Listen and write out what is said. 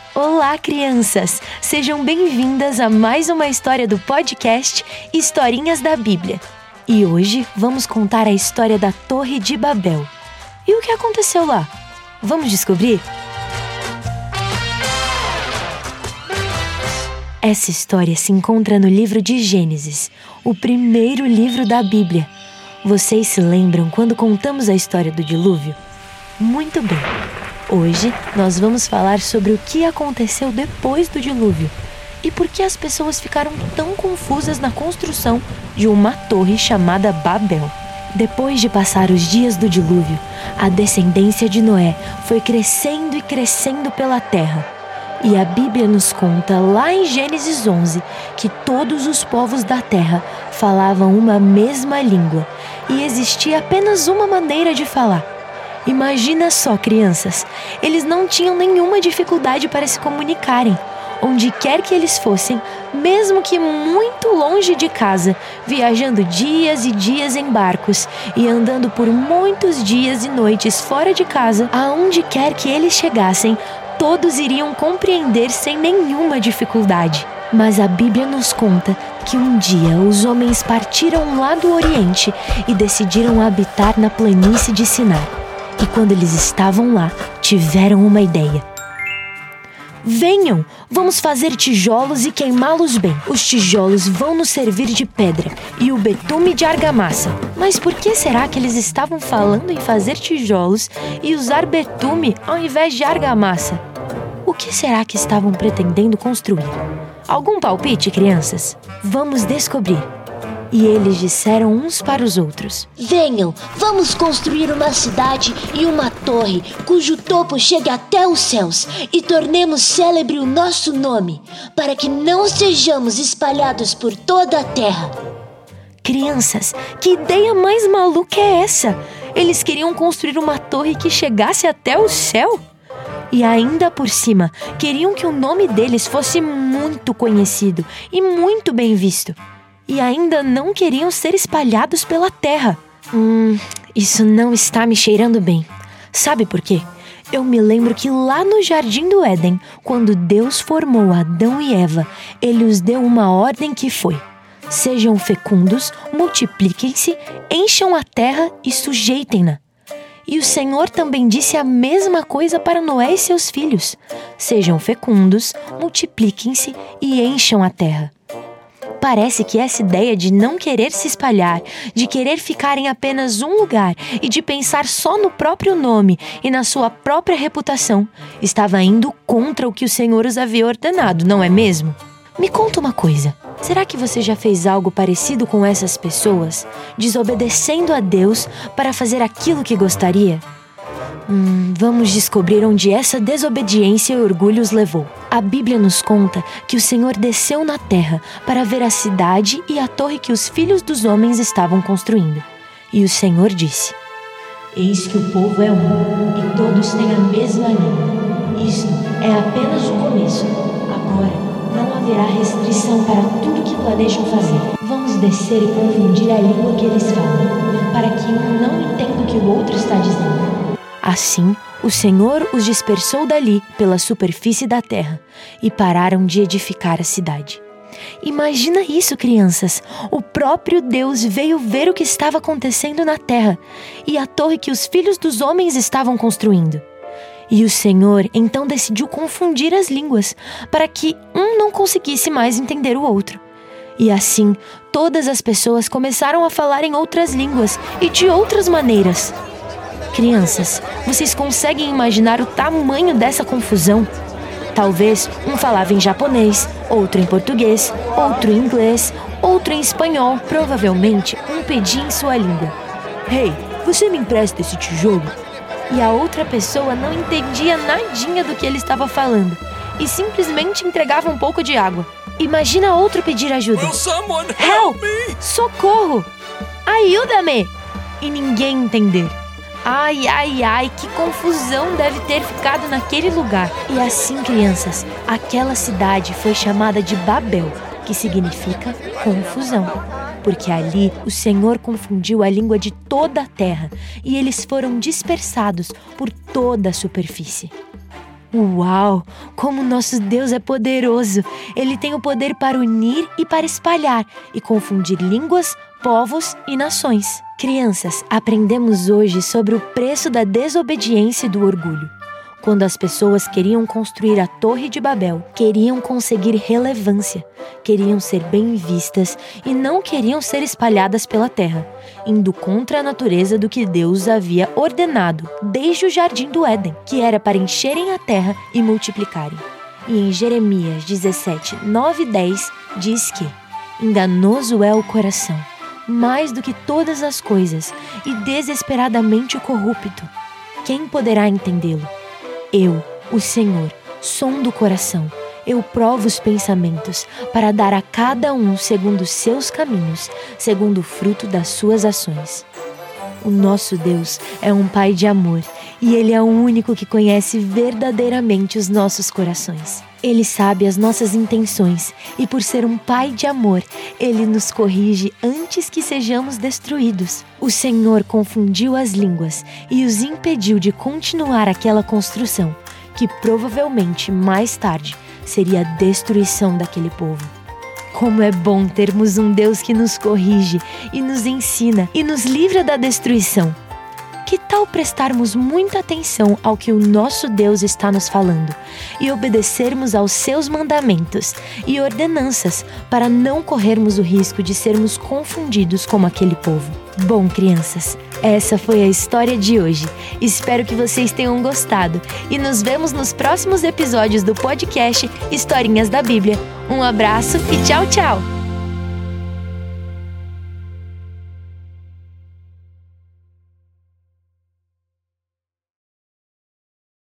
Olá, crianças! Sejam bem-vindas a mais uma história do podcast Historinhas da Bíblia. E hoje vamos contar a história da Torre de Babel. E o que aconteceu lá? Vamos descobrir? Essa história se encontra no livro de Gênesis, o primeiro livro da Bíblia. Vocês se lembram quando contamos a história do dilúvio? Muito bem! Hoje nós vamos falar sobre o que aconteceu depois do dilúvio e por que as pessoas ficaram tão confusas na construção de uma torre chamada Babel. Depois de passar os dias do dilúvio, a descendência de Noé foi crescendo e crescendo pela terra. E a Bíblia nos conta lá em Gênesis 11 que todos os povos da terra falavam uma mesma língua e existia apenas uma maneira de falar. Imagina só, crianças, eles não tinham nenhuma dificuldade para se comunicarem, onde quer que eles fossem, mesmo que muito longe de casa, viajando dias e dias em barcos e andando por muitos dias e noites fora de casa, aonde quer que eles chegassem, todos iriam compreender sem nenhuma dificuldade. Mas a Bíblia nos conta que um dia os homens partiram lá do Oriente e decidiram habitar na planície de Sinar. E quando eles estavam lá, tiveram uma ideia. Venham, vamos fazer tijolos e queimá-los bem. Os tijolos vão nos servir de pedra e o betume de argamassa. Mas por que será que eles estavam falando em fazer tijolos e usar betume ao invés de argamassa? O que será que estavam pretendendo construir? Algum palpite, crianças? Vamos descobrir. E eles disseram uns para os outros: Venham, vamos construir uma cidade e uma torre cujo topo chegue até os céus e tornemos célebre o nosso nome, para que não sejamos espalhados por toda a terra. Crianças, que ideia mais maluca é essa? Eles queriam construir uma torre que chegasse até o céu? E ainda por cima, queriam que o nome deles fosse muito conhecido e muito bem visto. E ainda não queriam ser espalhados pela terra. Isso não está me cheirando bem. Sabe por quê? Eu me lembro que lá no Jardim do Éden, quando Deus formou Adão e Eva, Ele os deu uma ordem que foi: sejam fecundos, multipliquem-se, encham a terra e sujeitem-na. E o Senhor também disse a mesma coisa para Noé e seus filhos: sejam fecundos, multipliquem-se e encham a terra. Parece que essa ideia de não querer se espalhar, de querer ficar em apenas um lugar e de pensar só no próprio nome e na sua própria reputação, estava indo contra o que o Senhor os havia ordenado, não é mesmo? Me conta uma coisa, será que você já fez algo parecido com essas pessoas, desobedecendo a Deus para fazer aquilo que gostaria? Vamos descobrir onde essa desobediência e orgulho os levou. A Bíblia nos conta que o Senhor desceu na terra para ver a cidade e a torre que os filhos dos homens estavam construindo. E o Senhor disse: Eis que o povo é um, e todos têm a mesma língua. Isto é apenas o começo. Agora não haverá restrição para tudo que planejam fazer. Vamos descer e confundir a língua que eles falam, para que um não entenda o que o outro está dizendo. Assim, o Senhor os dispersou dali pela superfície da terra e pararam de edificar a cidade. Imagina isso, crianças! O próprio Deus veio ver o que estava acontecendo na terra e a torre que os filhos dos homens estavam construindo. E o Senhor então decidiu confundir as línguas para que um não conseguisse mais entender o outro. E assim, todas as pessoas começaram a falar em outras línguas e de outras maneiras. Crianças, vocês conseguem imaginar o tamanho dessa confusão? Talvez um falava em japonês, outro em português, outro em inglês, outro em espanhol. Provavelmente um pedia em sua língua: Hey, você me empresta esse tijolo? E a outra pessoa não entendia nadinha do que ele estava falando e simplesmente entregava um pouco de água. Imagina outro pedir ajuda: Help! Socorro! Ajuda-me! E ninguém entender. Ai, ai, ai, que confusão deve ter ficado naquele lugar. E assim, crianças, aquela cidade foi chamada de Babel, que significa confusão. Porque ali o Senhor confundiu a língua de toda a terra e eles foram dispersados por toda a superfície. Uau! Como nosso Deus é poderoso! Ele tem o poder para unir e para espalhar e confundir línguas, povos e nações. Crianças, aprendemos hoje sobre o preço da desobediência e do orgulho. Quando as pessoas queriam construir a Torre de Babel, queriam conseguir relevância, queriam ser bem vistas e não queriam ser espalhadas pela terra, indo contra a natureza do que Deus havia ordenado desde o Jardim do Éden, que era para encherem a terra e multiplicarem. E em Jeremias 17, 9 e 10 diz que enganoso é o coração, mais do que todas as coisas, e desesperadamente corrupto. Quem poderá entendê-lo? Eu, o Senhor, sondo o coração. Eu provo os pensamentos, para dar a cada um segundo os seus caminhos, segundo o fruto das suas ações. O nosso Deus é um Pai de amor, e Ele é o único que conhece verdadeiramente os nossos corações. Ele sabe as nossas intenções, e por ser um Pai de amor, Ele nos corrige antes que sejamos destruídos. O Senhor confundiu as línguas e os impediu de continuar aquela construção, que provavelmente mais tarde seria a destruição daquele povo. Como é bom termos um Deus que nos corrige e nos ensina e nos livra da destruição. Que tal prestarmos muita atenção ao que o nosso Deus está nos falando e obedecermos aos seus mandamentos e ordenanças para não corrermos o risco de sermos confundidos como aquele povo? Bom, crianças, essa foi a história de hoje. Espero que vocês tenham gostado e nos vemos nos próximos episódios do podcast Historinhas da Bíblia. Um abraço e tchau, tchau!